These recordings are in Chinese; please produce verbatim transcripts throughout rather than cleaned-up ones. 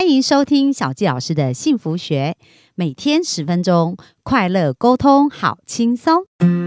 欢迎收听小纪老师的幸福学，每天十分钟，快乐沟通，好轻松。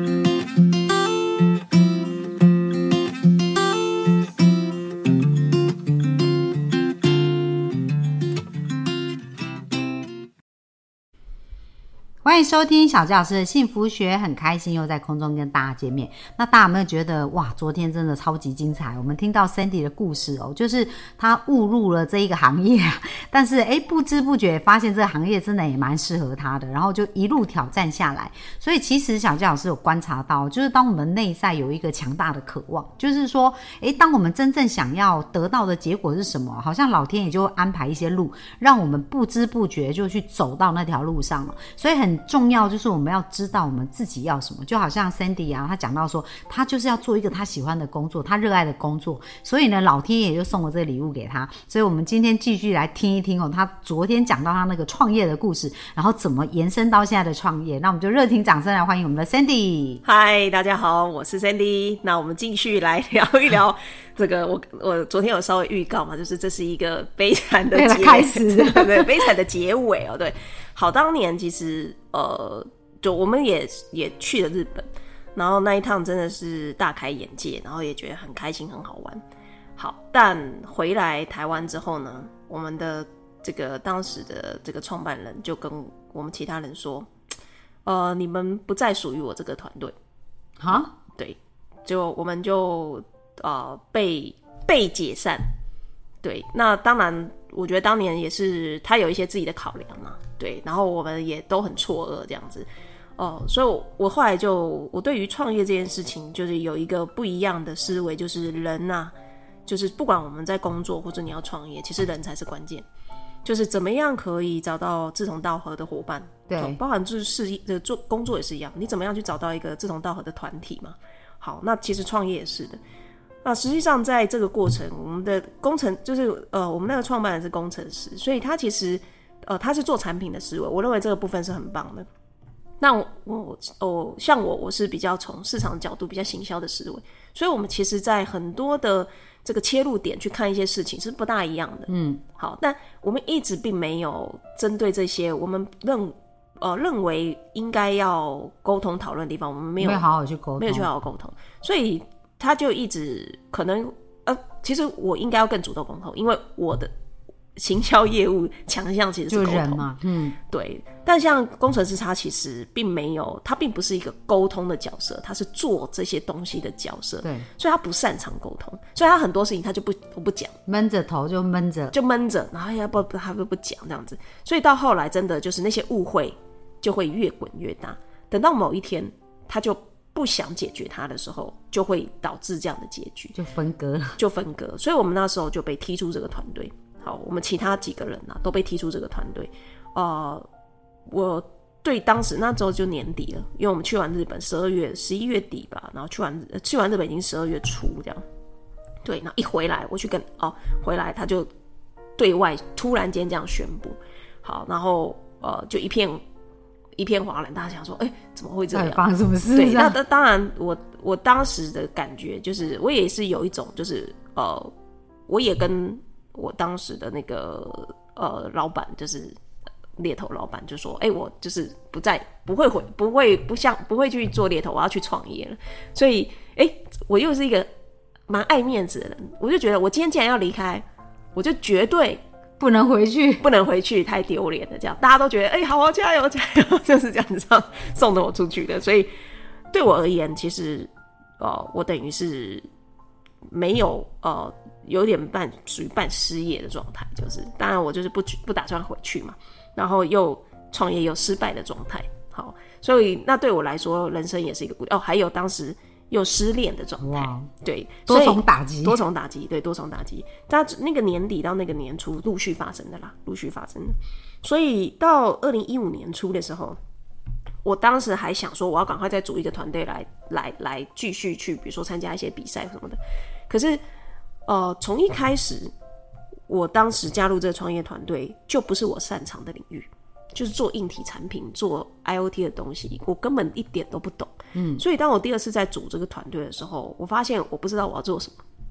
欢迎收听小纪老师的幸福学，很开心又在空中跟大家见面。那大家有没有觉得哇，昨天真的超级精彩？我们听到 Sandy 的故事哦，就是他误入了这一个行业，但是哎，不知不觉发现这个行业真的也蛮适合他的，然后就一路挑战下来。所以其实小纪老师有观察到，就是当我们内在有一个强大的渴望，就是说，哎，当我们真正想要得到的结果是什么，好像老天爷就会安排一些路，让我们不知不觉就去走到那条路上了。所以很重要就是我们要知道我们自己要什么，就好像 Sandy 啊，他讲到说他就是要做一个他喜欢的工作，他热爱的工作，所以呢老天爷就送了这个礼物给他。所以我们今天继续来听一听哦，他昨天讲到他那个创业的故事，然后怎么延伸到现在的创业。那我们就热情掌声来欢迎我们的 Sandy。 嗨，大家好，我是 Sandy。 那我们继续来聊一聊这个我我昨天有稍微预告嘛，就是这是一个悲惨的结开始对对，悲惨的结尾哦。对，好，当年其实呃，就我们也也去了日本，然后那一趟真的是大开眼界，然后也觉得很开心，很好玩。好，但回来台湾之后呢，我们的这个当时的这个创办人就跟我们其他人说，呃，你们不再属于我这个团队。 哈， 对，就我们就呃被被解散。对，那当然我觉得当年也是他有一些自己的考量嘛，对，然后我们也都很错愕这样子哦、呃，所以我我后来就我对于创业这件事情就是有一个不一样的思维，就是人啊，就是不管我们在工作或者你要创业，其实人才是关键，就是怎么样可以找到志同道合的伙伴， 对， 包含就是事业做工作也是一样，你怎么样去找到一个志同道合的团体嘛。好，那其实创业也是的。那实际上在这个过程，我们的工程就是呃，我们那个创办人是工程师，所以他其实呃他是做产品的思维，我认为这个部分是很棒的。那我我我像我我是比较从市场角度比较行销的思维，所以我们其实在很多的这个切入点去看一些事情是不大一样的。嗯，好，但我们一直并没有针对这些我们认呃认为应该要沟通讨论的地方，我们没有没有好好去沟通， 没有去好好沟通，所以他就一直可能呃，其实我应该要更主动沟通，因为我的行销业务强项其实是沟通， 就人嘛，嗯， 对。但像工程师，他其实并没有，他并不是一个沟通的角色，他是做这些东西的角色， 对， 所以他不擅长沟通，所以他很多事情他就不不不讲， 闷着头就闷着， 就闷着，然后要不他不不讲这样子，所以到后来真的就是那些误会就会越滚越大，等到某一天他就不想解决它的时候，就会导致这样的结局， 就分割了， 就分割。所以我们那时候就被踢出这个团队。好，我们其他几个人啊都被踢出这个团队。呃，我对当时那时候就年底了，因为我们去完日本十二月十一月底吧，然后去完去完日本已经十二月初这样。对，然后一回来我去跟哦回来他就对外突然间这样宣布。好，然后呃就一片。一片哗然，大家想说，哎、欸，怎么会这样？ 发生什么事？ 对，那当然我，我我当时的感觉就是，我也是有一种，就是呃，我也跟我当时的那个呃老板，就是猎头老板，就说，哎、欸，我就是不再不会回，不会不像不会去做猎头，我要去创业了。所以，哎、欸，我又是一个蛮爱面子的人，我就觉得我今天既然要离开，我就绝对。 不能回去， 不能回去，太丢脸了。这样大家都觉得，哎、欸，好啊，加油加油，就是这样子这样送着我出去的。所以对我而言，其实呃，我等于是没有呃，有点半属于半失业的状态，就是当然我就是不不打算回去嘛，然后又创业又失败的状态。好，所以那对我来说，人生也是一个哦，还有当时。又失恋的状态，对， 多重打击， 多重打击，对，多重打击。但那个年底到那个年初陆续发生的啦，陆续发生的。所以到二零一五年初的时候，我当时还想说，我要赶快再组一个团队来来来继续去，比如说参加一些比赛什么的。可是，呃，从一开始，我当时加入这个创业团队，就不是我擅长的领域。就是做硬体产品，做 I O T 的东西，我根本一点都不懂。嗯，所以当我第二次在组这个团队的时候，我发现我不知道我要做什么。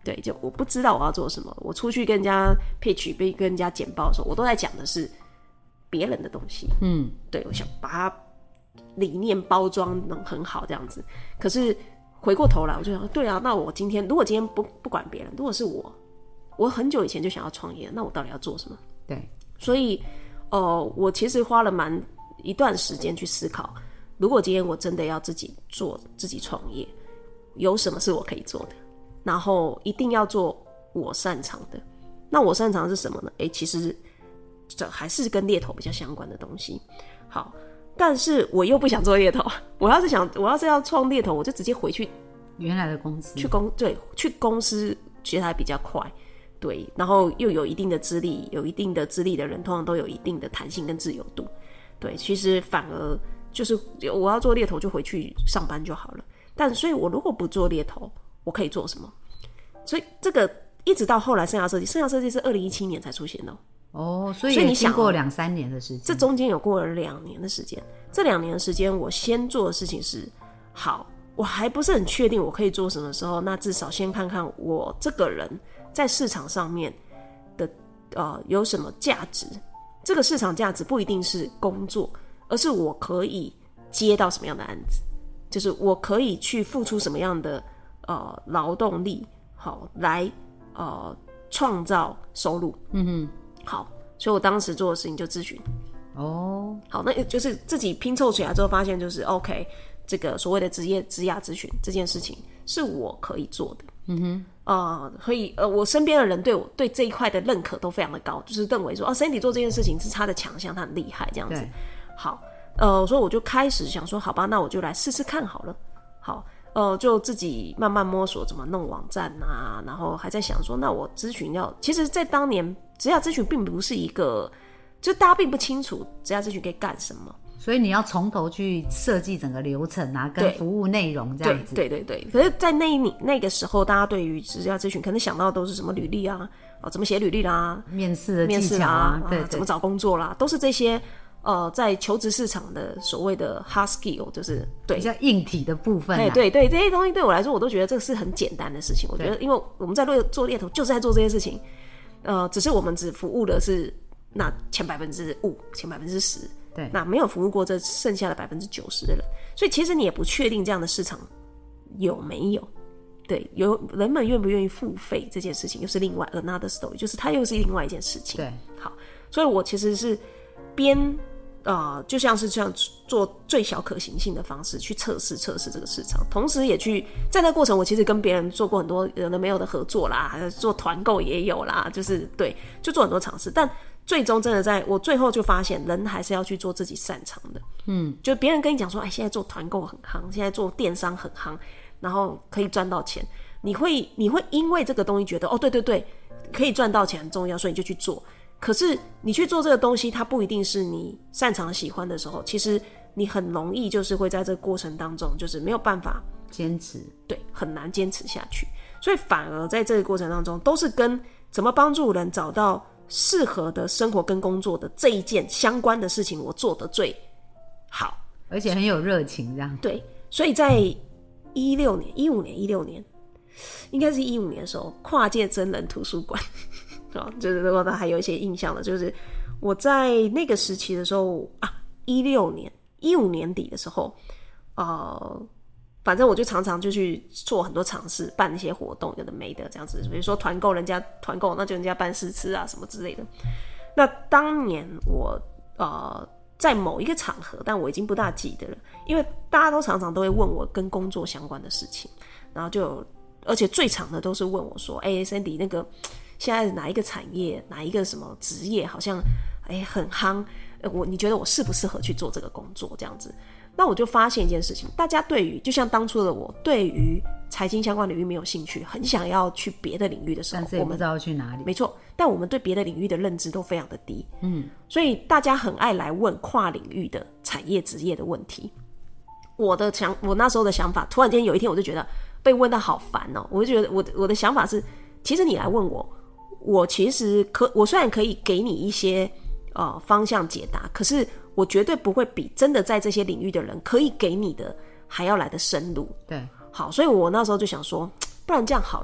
对，就我不知道我要做什么。我出去跟人家 pitch 被跟人家简报的时候，我都在讲的是别人的东西。嗯，对，我想把它理念包装能很好这样子。可是回过头来，我就想，对啊，那我今天如果今天不不管别人，如果是我，我很久以前就想要创业，那我到底要做什么？ 对， 所以，呃，我其实花了蛮一段时间去思考，如果今天我真的要自己做自己创业，有什么是我可以做的？然后一定要做我擅长的。那我擅长的是什么呢？诶，其实这还是跟猎头比较相关的东西。好，但是我又不想做猎头。我要是想，我要是要创猎头，我就直接回去原来的公司， 去公对去公司其实还比较快。对，然后又有一定的资历，有一定的资历的人，通常都有一定的弹性跟自由度。对，其实反而就是我要做猎头，就回去上班就好了。但所以，我如果不做猎头，我可以做什么？所以这个一直到后来生涯设计，生涯设计是二零一七年才出现的哦。哦，所以也经过两三年的时间， 这中间有过了两年的时间。这两年的时间，我先做的事情是，好，我还不是很确定我可以做什么的时候，那至少先看看我这个人在市场上面的呃有什么价值。这个市场价值不一定是工作，而是我可以接到什么样的案子，就是我可以去付出什么样的呃劳动力，好来呃创造收入。嗯哼，好，所以我当时做的事情就咨询。哦，好，那就是自己拼凑起来之后发现，就是 OK， 这个所谓的职业职涯咨询这件事情是我可以做的。嗯哼，呃，所以呃，我身边的人对我对这一块的认可都非常的高，就是认为说，哦 ，Sandy 做这件事情是他的强项，他很厉害这样子。好，呃，所以我就开始想说，好吧，那我就来试试看好了。好，呃，就自己慢慢摸索怎么弄网站啊，然后还在想说，那我咨询要，其实，在当年职业咨询并不是一个，就大家并不清楚职业咨询可以干什么。 所以你要从头去设计整个流程啊，跟服务内容这样子。 对对对对。可是，在那一那个时候，大家对于职业咨询可能想到的都是什么履历啊，哦，怎么写履历啦， 面试的技巧啊，对对， 怎么找工作啦，都是这些呃，在求职市场的所谓的 hard skill， 就是对比较硬体的部分、啊。 对对对，这些东西对我来说，我都觉得这是很简单的事情。我觉得，因为我们在做猎头就是在做这些事情，呃，只是我们只服务的是那前百分之五、前百分之十。 对， 那没有服务过这剩下的百分之九十的人，所以其实你也不确定这样的市场有没有，对，有人们愿不愿意付费这件事情，又是另外 another story， 就是它又是另外一件事情。 对， 好，所以我其实是边呃，就像是这样做最小可行性的方式去测试测试这个市场，同时也去在那个过程，我其实跟别人做过很多有的没有的合作啦，还有做团购也有啦，就是对，就做很多尝试，但最终真的在我最后就发现，人还是要去做自己擅长的。嗯，就别人跟你讲说，哎，现在做团购很夯，现在做电商很夯，然后可以赚到钱，你会你会因为这个东西觉得，哦，对对对，可以赚到钱很重要，所以你就去做。可是你去做这个东西，它不一定是你擅长喜欢的时候，其实你很容易就是会在这个过程当中，就是没有办法坚持， 对，很难坚持下去。所以反而在这个过程当中，都是跟怎么帮助人找到适合的生活跟工作的这一件相关的事情，我做得最好， 而且很有热情，这样。 对，所以在一六年、一五年、一六年，应该是一五年的时候，跨界真人图书馆，啊，就是如果还有一些印象的，就是我在那个时期的时候啊，一六年、一五年底的时候，呃。反正我就常常就去做很多尝试，办一些活动，有的没的这样子。比如说团购，人家团购，那就人家办试吃啊什么之类的。那当年我呃在某一个场合，但我已经不大记得了，因为大家都常常都会问我跟工作相关的事情，然后就有而且最常的都是问我说：“哎、欸、，Sandy， 那个现在哪一个产业，哪一个什么职业好像哎、欸、很夯，我你觉得我适不适合去做这个工作？这样子。”那我就发现一件事情，大家对于就像当初的我，对于财经相关领域没有兴趣，很想要去别的领域的时候， 但是也不知道去哪里。 没错，但我们对别的领域的认知都非常的低，嗯，所以大家很爱来问跨领域的产业职业的问题。我的想，我那时候的想法，突然间有一天我就觉得被问到好烦哦，我就觉得我我的想法是，其实你来问我，我其实可，我虽然可以给你一些呃方向解答，可是我绝对不会比真的在这些领域的人可以给你的还要来的深入。 对， 好，所以我那时候就想说，不然这样好了，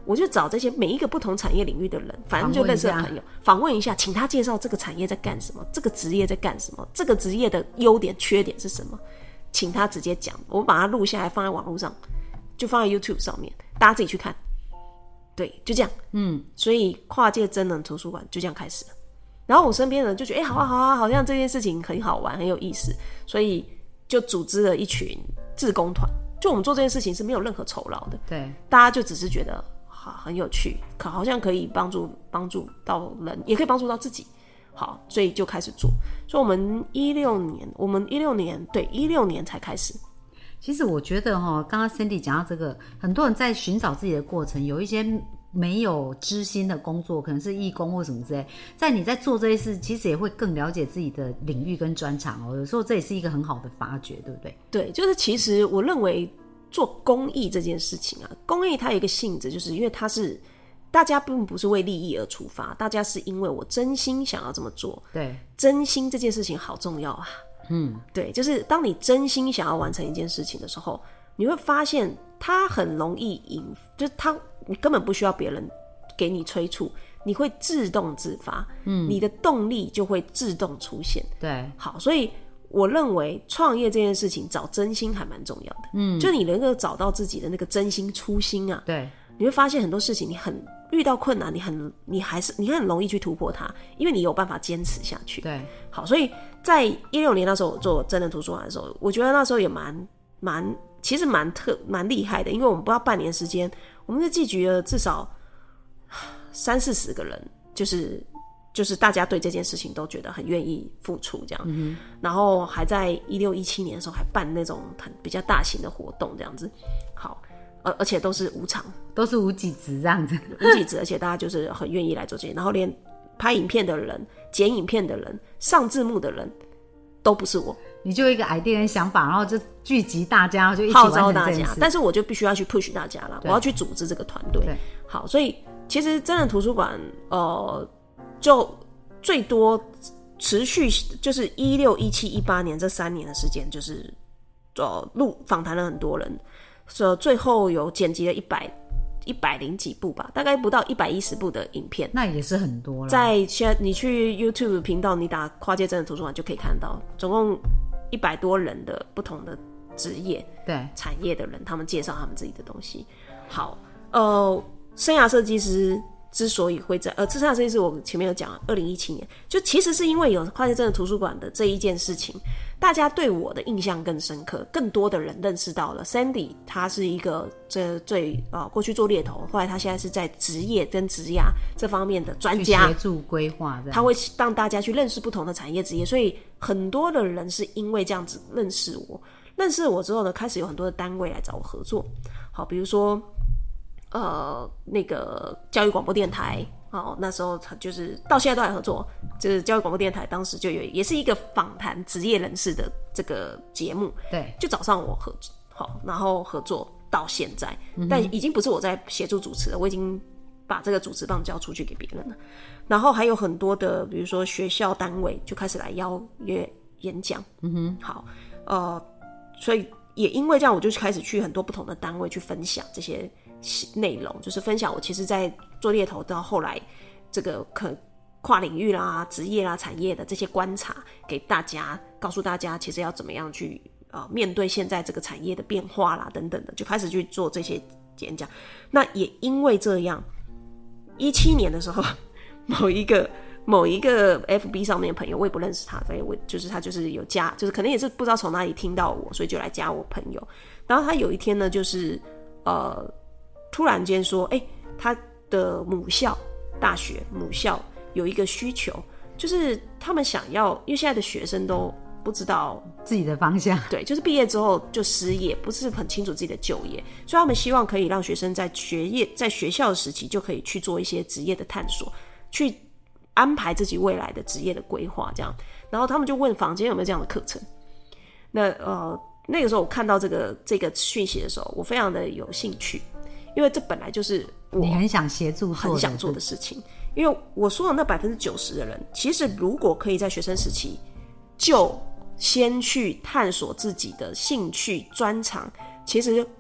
我就找这些每一个不同产业领域的人，反正就认识的朋友，访问一下，请他介绍这个产业在干什么，这个职业在干什么，这个职业的优点缺点是什么，请他直接讲，我把它录下来放在网络上，就放在 YouTube 上面，大家自己去看。对，就这样。嗯，所以跨界真人图书馆就这样开始了。然后我身边的人就觉得，哎、欸，好啊好啊，好像这件事情很好玩，很有意思，所以就组织了一群志工团。就我们做这件事情是没有任何酬劳的， 对， 大家就只是觉得好很有趣，可好像可以帮助帮助到人，也可以帮助到自己。好，所以就开始做。所以我们一六年，我们一六年对一六年才开始。 其实我觉得哈，刚刚 Sandy 讲到这个，很多人在寻找自己的过程，有一些没有知心的工作，可能是义工或什么之类，在你在做这些事，其实也会更了解自己的领域跟专长哦。有时候这也是一个很好的发掘，对不对？ 对，就是其实我认为做公益这件事情啊，公益它有一个性质，就是因为它是大家并不是为利益而出发，大家是因为我真心想要这么做。 对， 真心这件事情好重要啊。嗯，对，就是当你真心想要完成一件事情的时候，你会发现它很容易引，就是它你根本不需要别人给你催促，你会自动自发，嗯，你的动力就会自动出现。 对， 好，所以我认为创业这件事情找真心还蛮重要的，嗯，就你能够找到自己的那个真心初心啊， 对， 你会发现很多事情你很遇到困难，你很你还是你很容易去突破它，因为你有办法坚持下去。 对， 好，所以在一六年那时候我做真人图书馆的时候，我觉得那时候也蛮蛮其实蛮特蛮厉害的，因为我们不到半年时间，我们就聚集了至少三四十个人，就是就是大家对这件事情都觉得很愿意付出这样，嗯、然后还在一六一七年的时候还办那种很比较大型的活动这样子，好，而而且都是无偿， 都是无几值这样子， 无几值，而且大家就是很愿意来做这些，然后连拍影片的人、剪影片的人、上字幕的人都不是我。 你就有一个 idea 跟想法，然后就聚集大家，然后就一起号完成召大家， 这件事。 但是我就必须要去 push 大家了，我要去组织这个团队。好，所以其实真人图书馆，呃，就最多持续就是一六、一七、一八年这三年的时间，就是呃录访谈了很多人，所以最后有剪辑了一百一百零几部吧，大概不到一百一十部的影片， 那也是很多了。 在现在你去 YouTube 频道，你打跨界真人图书馆就可以看到，总共一百多人的不同的职业、 对产业的人，他们介绍他们自己的东西。好，呃，生涯设计师之所以会在呃，生涯设计师我前面有讲，二零一七年就其实是因为有跨界真人图书馆的这一件事情，大家对我的印象更深刻，更多的人认识到了 Sandy， 他是一个这最呃过去做猎头，后来他现在是在职业跟职涯这方面的专家， 去协助规划， 他会让大家去认识不同的产业职业，所以很多的人是因为这样子认识我，认识我之后呢，开始有很多的单位来找我合作，好，比如说呃那个教育广播电台。哦，那时候他就是到现在都还合作，就是教育广播电台当时就有也是一个访谈职业人士的这个节目， 对， 就找上我合作，好，然后合作到现在，嗯、但已经不是我在协助主持了，我已经把这个主持棒交出去给别人了。然后还有很多的，比如说学校单位就开始来邀约演讲，嗯哼，好，呃，所以也因为这样，我就开始去很多不同的单位去分享这些内容，就是分享我其实在做猎头到后来这个可跨领域啦、职业啦、产业的这些观察给大家，告诉大家其实要怎么样去、呃、面对现在这个产业的变化啦等等的，就开始去做这些演讲。那也因为这样，一七年的时候，某一个某一个 F B 上面的朋友，我也不认识他，所以我就是他就是有加，就是可能也是不知道从哪里听到我，所以就来加我朋友。然后他有一天呢，就是呃突然间说，哎、欸，他的母校大学母校有一个需求，就是他们想要，因为现在的学生都不知道自己的方向， 对，就是毕业之后就失业，不是很清楚自己的就业，所以他们希望可以让学生在学业在学校的时期就可以去做一些职业的探索，去安排自己未来的职业的规划，这样。然后他们就问坊间有没有这样的课程。那呃那个时候我看到这个这个讯息的时候，我非常的有兴趣，因为这本来就是我你很想协助做的很想做的事情。因为我说的那百分之九十的人，其实如果可以在学生时期就先去探索自己的兴趣专长，其实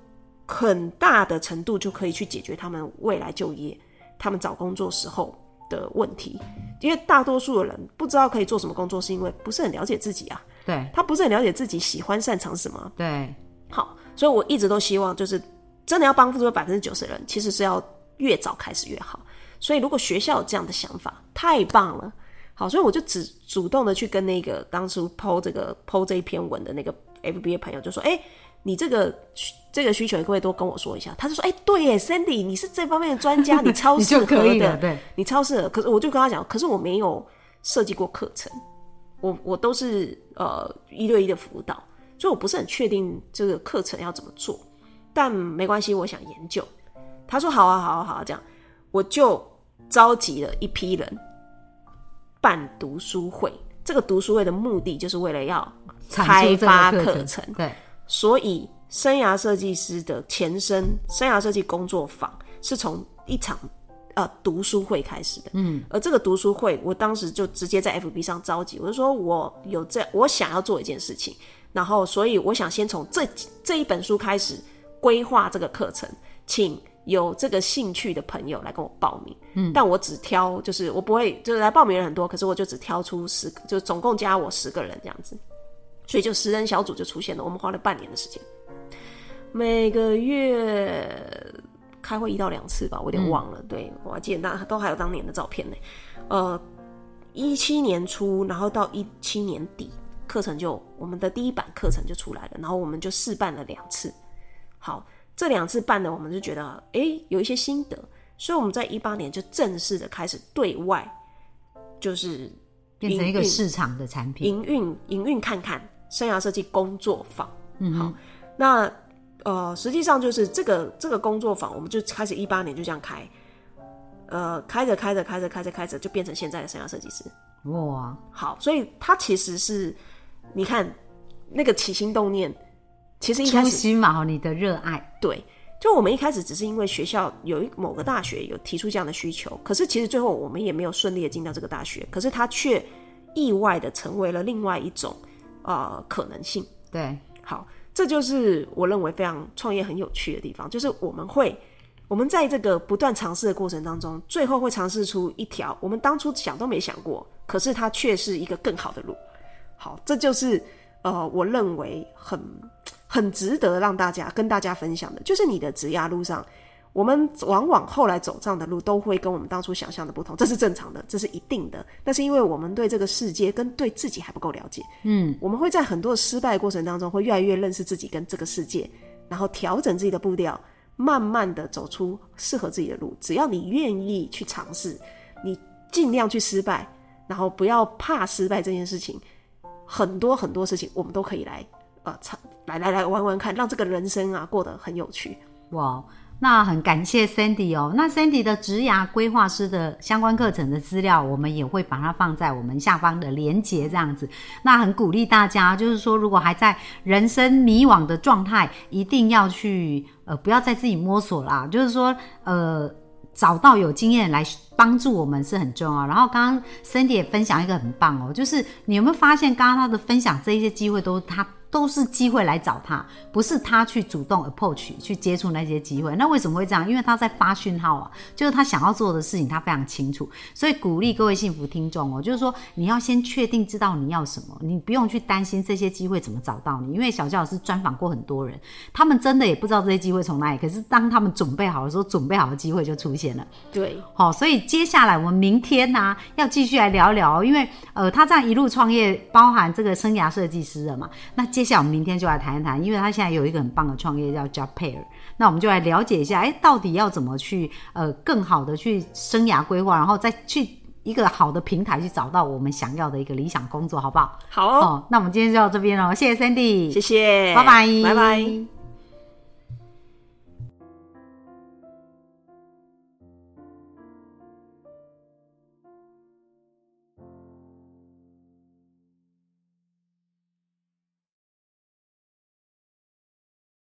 很大的程度就可以去解决他们未来就业、他们找工作时候的问题。因为大多数的人不知道可以做什么工作，是因为不是很了解自己啊。 对， 他不是很了解自己喜欢擅长什么。 对， 好，所以我一直都希望，就是真的要帮助这百分之九十的人，其实是要越早开始越好。所以如果学校有这样的想法，太棒了。好，所以我就只主动的去跟那个当初 po 这个 po 这一篇文的那个 F B 的朋友就说，哎、欸，你这个这个需求可不可以多跟我说一下？他就说，哎、欸，对耶 ，Sandy， 你是这方面的专家，你超适合的， 你就可以了，对， 你超适合。可是我就跟他讲，可是我没有设计过课程，我我都是呃一对一的辅导，所以我不是很确定这个课程要怎么做。但没关系，我想研究。他说好啊，好啊，好啊，这样我就召集了一批人。办读书会，这个读书会的目的就是为了要开发课程。 对， 所以生涯设计师的前身生涯设计工作坊是从一场呃读书会开始的。嗯，而这个读书会，我当时就直接在 F B 上召集，我就说我有这我想要做一件事情，然后所以我想先从这这一本书开始规划这个课程，请有这个兴趣的朋友来跟我报名。嗯，但我只挑，就是我不会，就是来报名人很多，可是我就只挑出十个，就总共加我十个人这样子，所以就十人小组就出现了。我们花了半年的时间，每个月开会一到两次吧，我有点忘了。嗯、对，我还记得那都还有当年的照片呢。呃，一七年初，然后到一七年底，课程就我们的第一版课程就出来了，然后我们就试办了两次。好。这两次办的，我们就觉得诶有一些心得，所以我们在一八年就正式的开始对外，就是变成一个市场的产品， 营运营运看看生涯设计工作坊。 嗯， 好，那呃实际上就是这个这个工作坊，我们就开始一八年就这样开，呃开着开着开着开着开着就变成现在的生涯设计师。 哇， 好，所以它其实是你看那个起心动念。其实一开始初心嘛，你的热爱， 对，就我们一开始只是因为学校有一某个大学有提出这样的需求，可是其实最后我们也没有顺利的进到这个大学，可是它却意外的成为了另外一种呃可能性。 对， 好，这就是我认为非常创业很有趣的地方，就是我们会我们在这个不断尝试的过程当中，最后会尝试出一条我们当初想都没想过，可是它却是一个更好的路。好，这就是呃我认为很很值得让大家跟大家分享的，就是你的职涯路上，我们往往后来走上的路都会跟我们当初想象的不同，这是正常的，这是一定的。但是因为我们对这个世界跟对自己还不够了解，嗯，我们会在很多的失败的过程当中，会越来越认识自己跟这个世界，然后调整自己的步调，慢慢的走出适合自己的路。只要你愿意去尝试，你尽量去失败，然后不要怕失败这件事情，很多很多事情我们都可以来呃来来来玩玩看，让这个人生啊过得很有趣。 哇，那很感谢 Sandy 哦。那 Sandy 的职涯规划师的相关课程的资料，我们也会把它放在我们下方的连结这样子。那很鼓励大家，就是说如果还在人生迷惘的状态，一定要去呃不要再自己摸索啦，就是说呃找到有经验来帮助我们是很重要。然后刚刚 Sandy 也分享一个很棒哦，就是你有没有发现刚刚他的分享这一些机会都是他都是机会来找他，不是他去主动 approach 去接触那些机会。那为什么会这样？因为他在发讯号啊，就是他想要做的事情他非常清楚。所以鼓励各位幸福听众哦，就是说你要先确定知道你要什么，你不用去担心这些机会怎么找到你。因为小教老师专访过很多人，他们真的也不知道这些机会从哪里，可是当他们准备好的时候，准备好的机会就出现了。 对， 好、哦，所以接下来我们明天呢、啊、要继续来聊聊，因为呃他这样一路创业，包含这个生涯设计师了嘛。那接下来我们明天就来谈一谈，因为他现在有一个很棒的创业叫 JobPair， 那我们就来了解一下，哎，到底要怎么去呃更好的去生涯规划，然后再去一个好的平台去找到我们想要的一个理想工作，好不好？ 好哦， 哦，那我们今天就到这边咯，谢谢 Sandy， 谢谢， 拜拜， 拜拜。